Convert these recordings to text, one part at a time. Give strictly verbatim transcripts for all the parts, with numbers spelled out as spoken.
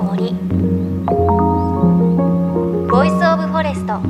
の森ボイスオブフォレスト。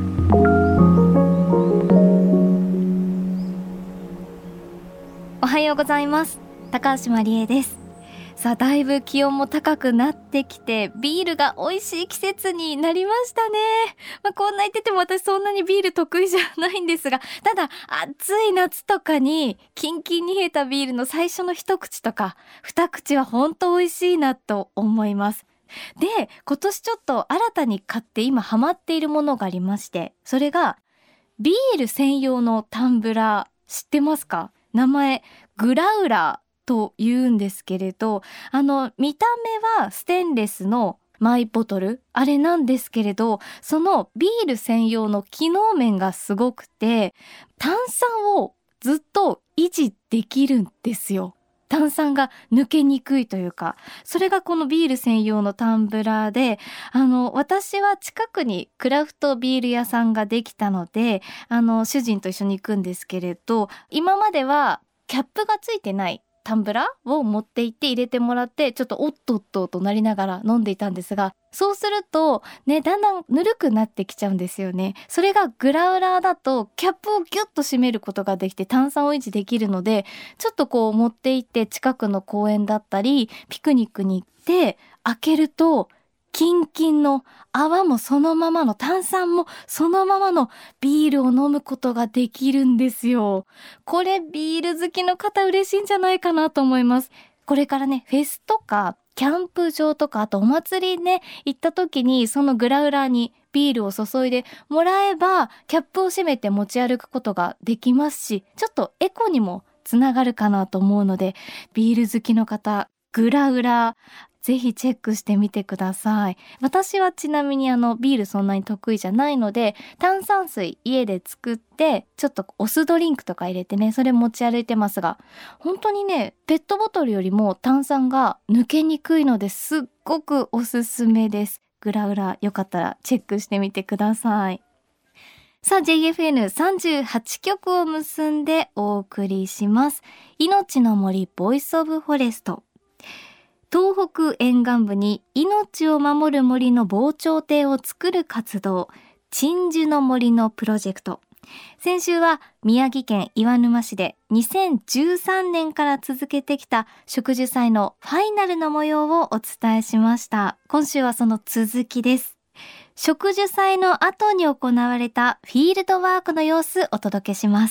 おはようございます。高橋真理恵です。さあ、だいぶ気温も高くなってきてビールが美味しい季節になりましたね。まあ、こんな言ってても私そんなにビール得意じゃないんですが、ただ暑い夏とかにキンキンに冷えたビールの最初の一口とか二口は本当美味しいなと思います。で、今年ちょっと新たに買って今ハマっているものがありまして、それがビール専用のタンブラー。知ってますか？名前グラウラーと言うんですけれど、あの見た目はステンレスのマイボトルあれなんですけれど、そのビール専用の機能面がすごくて、炭酸をずっと維持できるんですよ。炭酸が抜けにくいというか、それがこのビール専用のタンブラーで、あの私は近くにクラフトビール屋さんができたので、あの主人と一緒に行くんですけれど、今まではキャップがついてないタンブラーを持って行って入れてもらって、ちょっとおっとっととなりながら飲んでいたんですが、そうするとね、だんだんぬるくなってきちゃうんですよね。それがグラウラーだとキャップをギュッと閉めることができて炭酸を維持できるので、ちょっとこう持って行って近くの公園だったりピクニックに行って開けると、キンキンの泡もそのままの、炭酸もそのままのビールを飲むことができるんですよ。これビール好きの方嬉しいんじゃないかなと思います。これからね、フェスとかキャンプ場とか、あとお祭りね行った時にそのグラウラーにビールを注いでもらえば、キャップを閉めて持ち歩くことができますし、ちょっとエコにもつながるかなと思うので、ビール好きの方、グラウラーぜひチェックしてみてください。私はちなみにあのビールそんなに得意じゃないので、炭酸水家で作ってちょっとお酢ドリンクとか入れてね、それ持ち歩いてますが、本当にね、ペットボトルよりも炭酸が抜けにくいのですっごくおすすめです。グラウラーよかったらチェックしてみてください。さあ ジェイエフエヌさんじゅうはち 曲を結んでお送りします。命の森ボイスオブフォレスト。東北沿岸部に命を守る森の防潮堤を作る活動、鎮守の森のプロジェクト。先週は宮城県岩沼市でにせんじゅうさんねんから続けてきた植樹祭のファイナルの模様をお伝えしました。今週はその続きです。植樹祭の後に行われたフィールドワークの様子お届けします。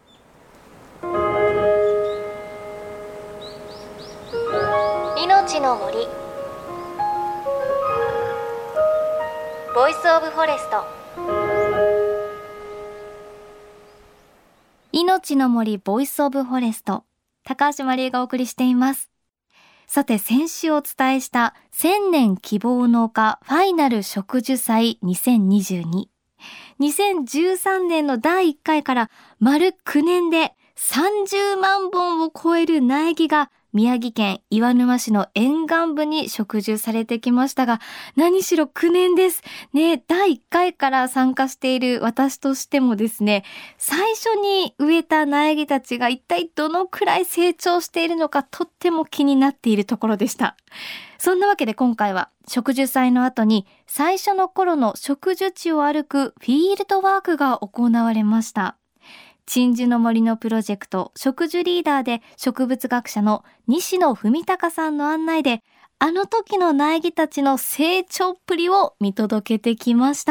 命の森ボイスオブフォレスト。命の森ボイスオブフォレスト、高橋真理恵がお送りしています。さて、先週お伝えした千年希望農家ファイナル植樹祭にせんにじゅうに、にせんじゅうさんねんのだいいっかいから丸きゅうねんでさんじゅうまんぼんを超える苗木が宮城県岩沼市の沿岸部に植樹されてきましたが、何しろきゅうねんですね。だいいっかいから参加している私としてもですね、最初に植えた苗木たちが一体どのくらい成長しているのか、とっても気になっているところでした。そんなわけで今回は植樹祭の後に最初の頃の植樹地を歩くフィールドワークが行われました。鎮守の森のプロジェクト植樹リーダーで植物学者の西野文隆さんの案内で、あの時の苗木たちの成長っぷりを見届けてきました。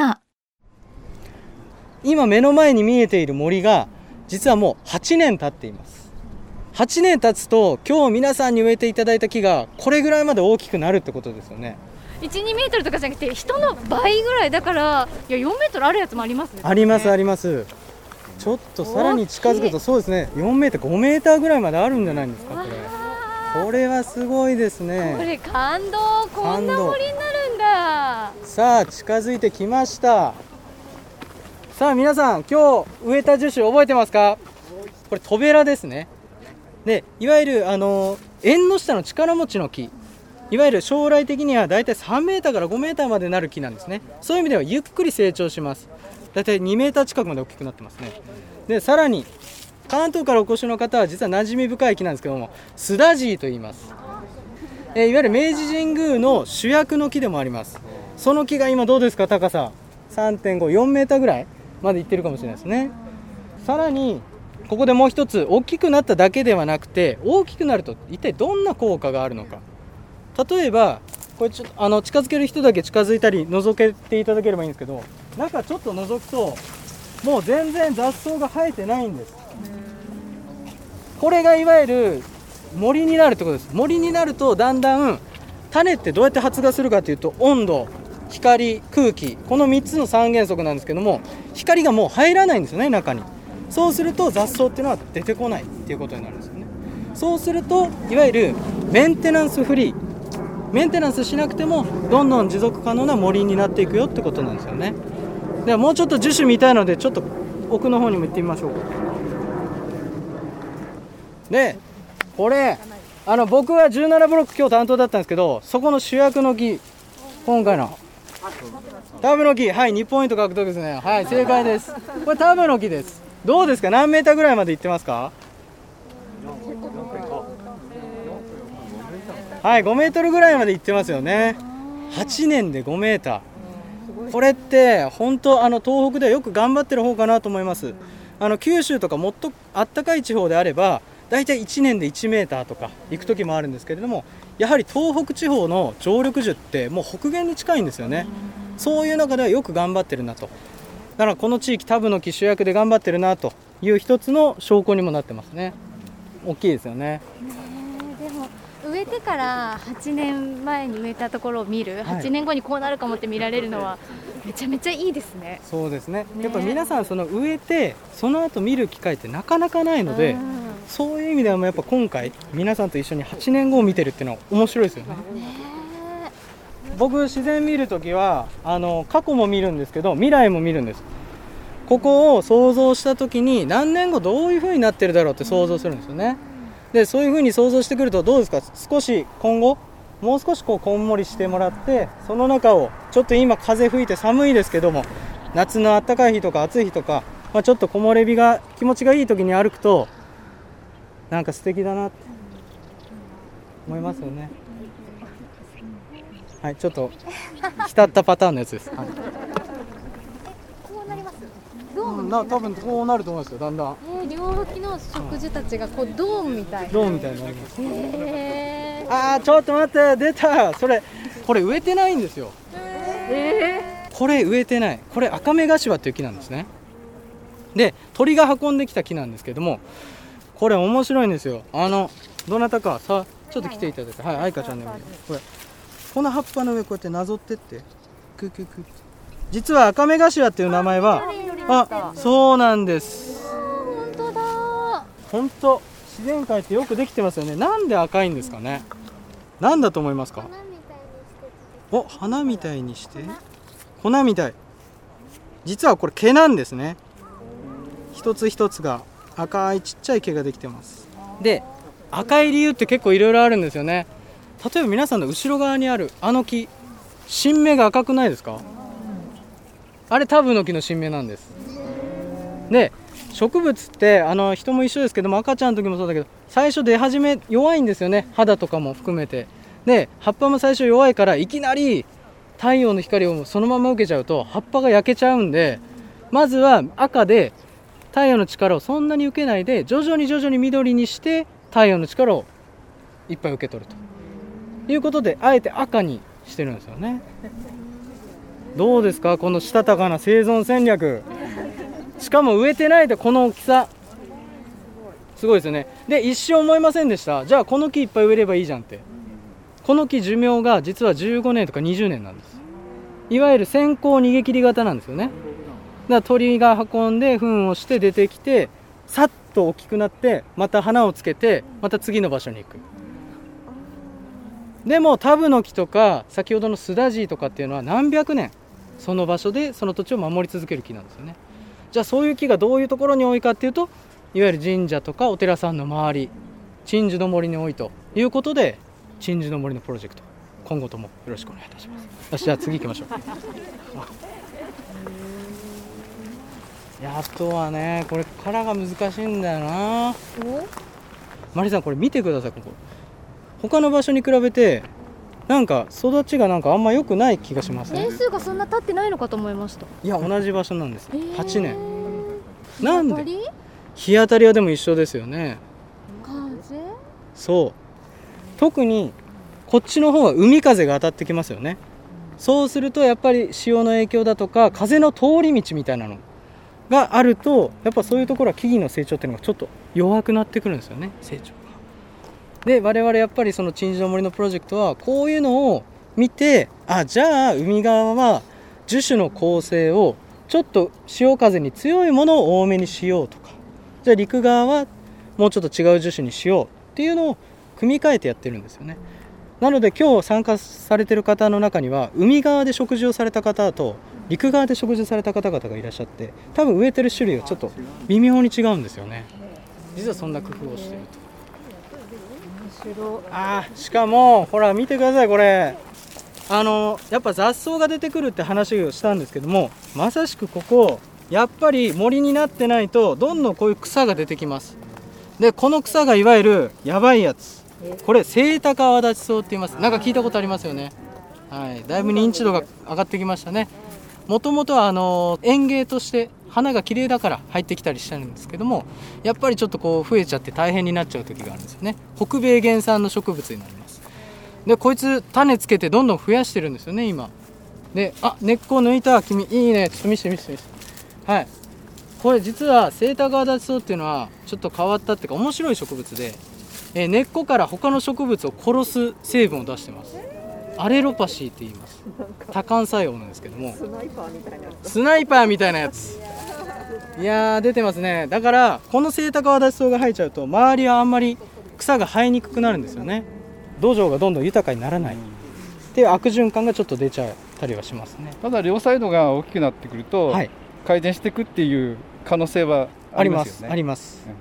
今目の前に見えている森が実はもうはちねん経っています。はちねん経つと今日皆さんに植えていただいた木がこれぐらいまで大きくなるってことですよね。 いち、にメートルとかじゃなくて人の倍ぐらいだから、いやよんメートルあるやつもありますね。 ありますあります。ちょっとさらに近づくと、そうですね、よんメートルごメーターぐらいまであるんじゃないんですか。これこれはすごいですね。 これ感動。こんな森になるんだ。 さあ近づいてきました。さあ皆さん、今日植えた樹種覚えてますか？これトベラですね。でいわゆるあの縁の下の力持ちの木、いわゆる将来的にはだいたいさんメーターからごメーターまでなる木なんですね。そういう意味ではゆっくり成長します。だいたいにメーター近くまで大きくなってますね。でさらに関東からお越しの方は実は馴染み深い木なんですけども、スダジイと言います。 えー、いわゆる明治神宮の主役の木でもあります。その木が今どうですか、高さ さんてんご、よんメーターぐらいまでいってるかもしれないですね。さらにここでもう一つ、大きくなっただけではなくて、大きくなると一体どんな効果があるのか。例えばこれちょっとあの近づける人だけ近づいたり覗けていただければいいんですけど、中ちょっと覗くともう全然雑草が生えてないんです。これがいわゆる森になるってことです。森になるとだんだん種ってどうやって発芽するかというと、温度、光、空気、このみっつの三原則なんですけども、光がもう入らないんですよね、中に。そうすると雑草っていうのは出てこないっていうことになるんですよね。そうするといわゆるメンテナンスフリー、メンテナンスしなくてもどんどん持続可能な森になっていくよってことなんですよね。ではもうちょっと樹種見たいので、ちょっと奥の方にも行ってみましょうか。でこれあの僕はじゅうななブロック今日担当だったんですけど、そこの主役の木、今回のタブの木、はい、にポイント獲得ですね。はい、正解です。これタブの木です。どうですか、何メーターぐらいまで行ってますか。はい、ごメートルぐらいまで行ってますよね。はちねんでごメーター、これって本当あの東北ではよく頑張ってる方かなと思います。あの九州とかもっとあったかい地方であればだいたいいちねんでいちメーターとか行く時もあるんですけれども、やはり東北地方の常緑樹ってもう北限に近いんですよね。そういう中ではよく頑張ってるなと。だからこの地域タブの木主役で頑張ってるなという一つの証拠にもなってますね。大きいですよね。 でも植えてからはちねんまえに植えたところを見る、はちねんごにこうなるかもって見られるのはめちゃめちゃいいですね。 そうですね。やっぱ皆さんその植えてその後見る機会ってなかなかないので、そういう意味ではやっぱ今回皆さんと一緒にはちねんごを見てるっていうのは面白いですよね。僕自然見るときはあの過去も見るんですけど未来も見るんです。ここを想像したときに何年後どういう風になってるだろうって想像するんですよね。でそういう風に想像してくるとどうですか、少し今後もう少しこうこんもりしてもらって、その中をちょっと今風吹いて寒いですけども、夏の暖かい日とか暑い日とか、まあ、ちょっと木漏れ日が気持ちがいい時に歩くとなんか素敵だなって思いますよね。はい、ちょっと浸ったパターンのやつです。はい、 こうなります。ドーム、 うん、な多分こうなると思いますよ、だんだん。 えー、両脇の植樹たちがこうドームみたいな。 ドームみたいになります。 えー、 あーちょっと待って、出た。それこれ植えてないんですよ。 えー、これ植えてない。これ赤目柏っていう木なんですね。で鳥が運んできた木なんですけども、これ面白いんですよ。あのどなたかさちょっと来ていただいて、はい、愛花ちゃんでもいい。これこの葉っぱの上こうやってなぞってってククク。実は赤目頭っていう名前は、あ、そうなんです。 本当だ。 本当自然界ってよくできてますよね。なんで赤いんですかね。なんだと思いますか。お、花みたいにして粉みたい。実はこれ毛なんですね。一つ一つが赤いちっちゃい毛ができてます。で赤い理由って結構いろいろあるんですよね。例えば皆さんの後ろ側にあるあの木、新芽が赤くないですか。あれタブの木の新芽なんです。で植物ってあの人も一緒ですけども、赤ちゃんの時もそうだけど最初出始め弱いんですよね。肌とかも含めて。で葉っぱも最初弱いから、いきなり太陽の光をそのまま受けちゃうと葉っぱが焼けちゃうんで、まずは赤で太陽の力をそんなに受けないで徐々に徐々に緑にして太陽の力をいっぱい受け取るということで、あえて赤にしてるんですよね。どうですか、このしたたかな生存戦略。しかも植えてないでこの大きさ、すごいですよね。で一生思いませんでした。じゃあこの木いっぱい植えればいいじゃんって。この木寿命が実はじゅうごねんとかにじゅうねんなんです。いわゆる先行逃げ切り型なんですよね。だから鳥が運んで糞をして出てきて、さっと大きくなってまた花をつけてまた次の場所に行く。でもタブの木とか先ほどのスダジイとかっていうのは何百年その場所でその土地を守り続ける木なんですよね。じゃあそういう木がどういうところに多いかっていうと、いわゆる神社とかお寺さんの周り、鎮守の森に多いということで、鎮守の森のプロジェクト今後ともよろしくお願いいたします。よし、じゃあ次行きましょう。いや、あとはね、これからが難しいんだよな。マリさんこれ見てください。ここ他の場所に比べてなんか育ちがなんかあんま良くない気がしますね。 年数がそんな経ってないのかと思いました。 いや同じ場所なんです、 えー、 はちねん。なんで日日当たりはでも一緒ですよね。 風そう特にこっちの方は海風が当たってきますよね。そうするとやっぱり潮の影響だとか風の通り道みたいなのがあるとやっぱそういうところは木々の成長っていうのがちょっと弱くなってくるんですよね、成長が。で我々やっぱりその鎮守の森のプロジェクトはこういうのを見て、あじゃあ海側は樹種の構成をちょっと潮風に強いものを多めにしようとか、じゃあ陸側はもうちょっと違う樹種にしようっていうのを組み替えてやってるんですよね。なので今日参加されてる方の中には海側で植樹をされた方と陸側で植樹された方々がいらっしゃって、多分植えてる種類はちょっと微妙に違うんですよね。実はそんな工夫をしていると。あしかもほら見てください、これあのやっぱ雑草が出てくるって話をしたんですけども、まさしくここやっぱり森になってないとどんどんこういう草が出てきます。でこの草がいわゆるやばいやつ、これセイタカアワダチソウって言います。なんか聞いたことありますよね。はい、だいぶ認知度が上がってきましたね。もともとはあの園芸として花が綺麗だから入ってきたりしたんですけども、やっぱりちょっとこう増えちゃって大変になっちゃう時があるんですよね。北米原産の植物になります。でこいつ種つけてどんどん増やしてるんですよね今で。あ根っこ抜いた、君いいね、ちょっと見せて見せて見せて。はい、これ実はセイタカアワダチソウっていうのはちょっと変わったっていうか面白い植物で、えー、根っこから他の植物を殺す成分を出してます。アレロパシーって言います。多感作用なんですけども、スナイパーみたいなやつ、スナイパーみたいなやついやー出てますね。だからこのセイタカアワダチソウが生えちゃうと周りはあんまり草が生えにくくなるんですよね。土壌がどんどん豊かにならないっていう悪循環がちょっと出ちゃったりはしますね。 ただ両サイドが大きくなってくると、はい、改善していくっていう可能性はありますよね。 あります、あります、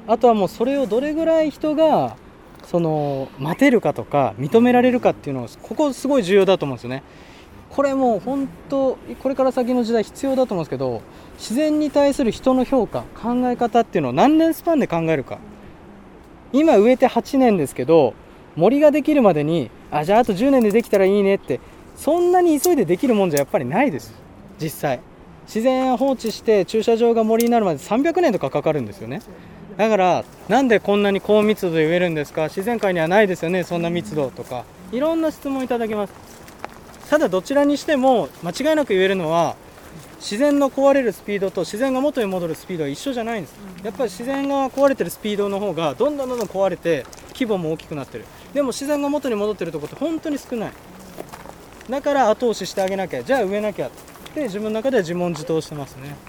うん、あとはもうそれをどれぐらい人がその待てるかとか認められるかっていうのをここすごい重要だと思うんですよね。これもう本当これから先の時代必要だと思うんですけど、自然に対する人の評価考え方っていうのを何年スパンで考えるか。今植えてはちねんですけど森ができるまでにあじゃああとじゅうねんでできたらいいねってそんなに急いでできるもんじゃやっぱりないです。実際自然を放置して駐車場が森になるまでさんびゃくねんとかかかるんですよね。だからなんでこんなに高密度で植えるんですか、自然界にはないですよねそんな密度とかいろんな質問いただきます。ただどちらにしても間違いなく言えるのは自然の壊れるスピードと自然が元に戻るスピードは一緒じゃないんです。やっぱり自然が壊れてるスピードの方がどんどんどんどん壊れて規模も大きくなってる。でも自然が元に戻ってるところって本当に少ない。だから後押ししてあげなきゃ、じゃあ植えなきゃって自分の中では自問自答してますね。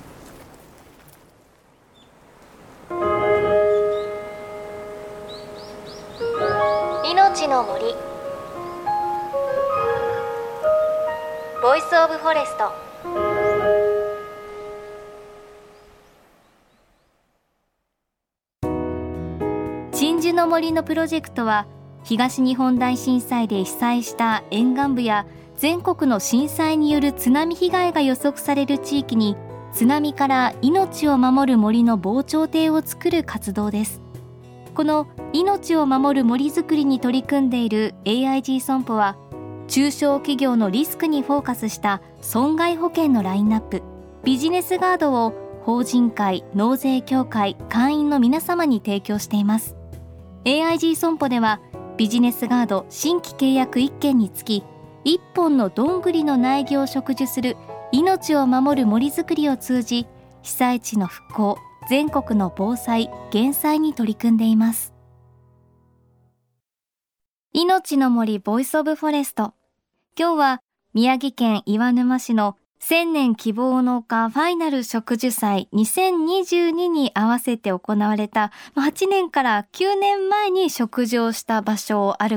命の森ボイスオブフォレスト。 鎮守の森のプロジェクトは東日本大震災で被災した沿岸部や全国の震災による津波被害が予測される地域に津波から命を守る森の防潮堤を作る活動です。この命を守る森づくりに取り組んでいる エーアイジー 損保は中小企業のリスクにフォーカスした損害保険のラインナップビジネスガードを法人会、納税協会、会員の皆様に提供しています。 エーアイジー 損保ではビジネスガード新規契約いっけんにつきいっぽんのどんぐりの苗木を植樹する命を守る森づくりを通じ被災地の復興、全国の防災・減災に取り組んでいます。命の森ボイスオブフォレスト。今日は宮城県岩沼市の千年希望農家ファイナル植樹祭にせんにじゅうにに合わせて行われたはちねんからきゅうねんまえに植樹をした場所を歩く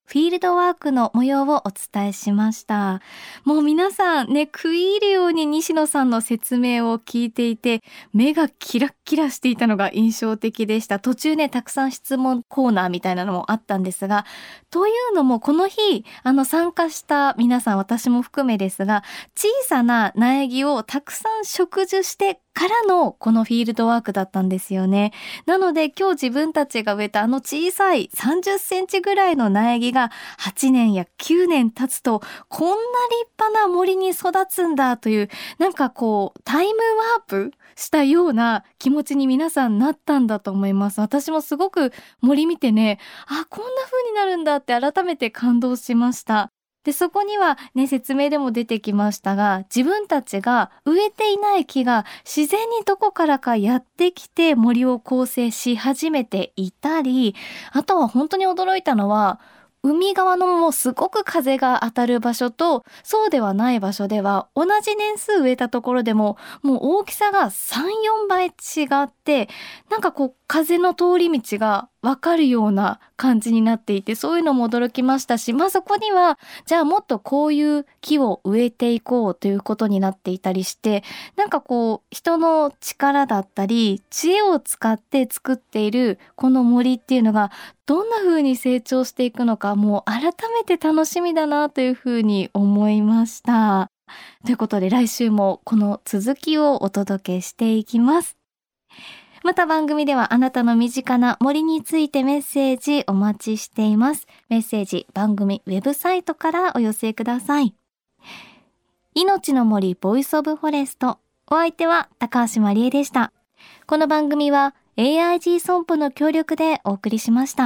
フィールドワークの模様をお伝えしました。もう皆さんね、食い入るように西野さんの説明を聞いていて、目がキラッキラしていたのが印象的でした。途中ね、たくさん質問コーナーみたいなのもあったんですが、というのもこの日、あの参加した皆さん、私も含めですが、小さな苗木をたくさん植樹してからのこのフィールドワークだったんですよね。なので今日自分たちが植えたあの小さいさんじゅっセンチぐらいの苗木がはちねんやきゅうねん経つとこんな立派な森に育つんだという、なんかこうタイムワープしたような気持ちに皆さんなったんだと思います。私もすごく森見てね、あ、こんな風になるんだって改めて感動しました。で、そこにはね、説明でも出てきましたが、自分たちが植えていない木が自然にどこからかやってきて森を構成し始めていたり、あとは本当に驚いたのは、海側のもうすごく風が当たる場所とそうではない場所では同じ年数植えたところでももう大きさがさん、よんばい違って、なんかこう風の通り道がわかるような感じになっていて、そういうのも驚きましたし、まあそこにはじゃあもっとこういう木を植えていこうということになっていたりして、なんかこう人の力だったり知恵を使って作っているこの森っていうのがどんな風に成長していくのか、もう改めて楽しみだなという風に思いました。ということで来週もこの続きをお届けしていきます。また番組ではあなたの身近な森についてメッセージお待ちしています。メッセージ番組ウェブサイトからお寄せください。命の森ボイスオブフォレスト、お相手は高橋まりえでした。この番組は エーアイジー 損保の協力でお送りしました。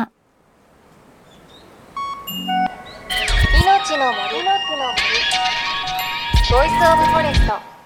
命の森ボイスオブフォレスト。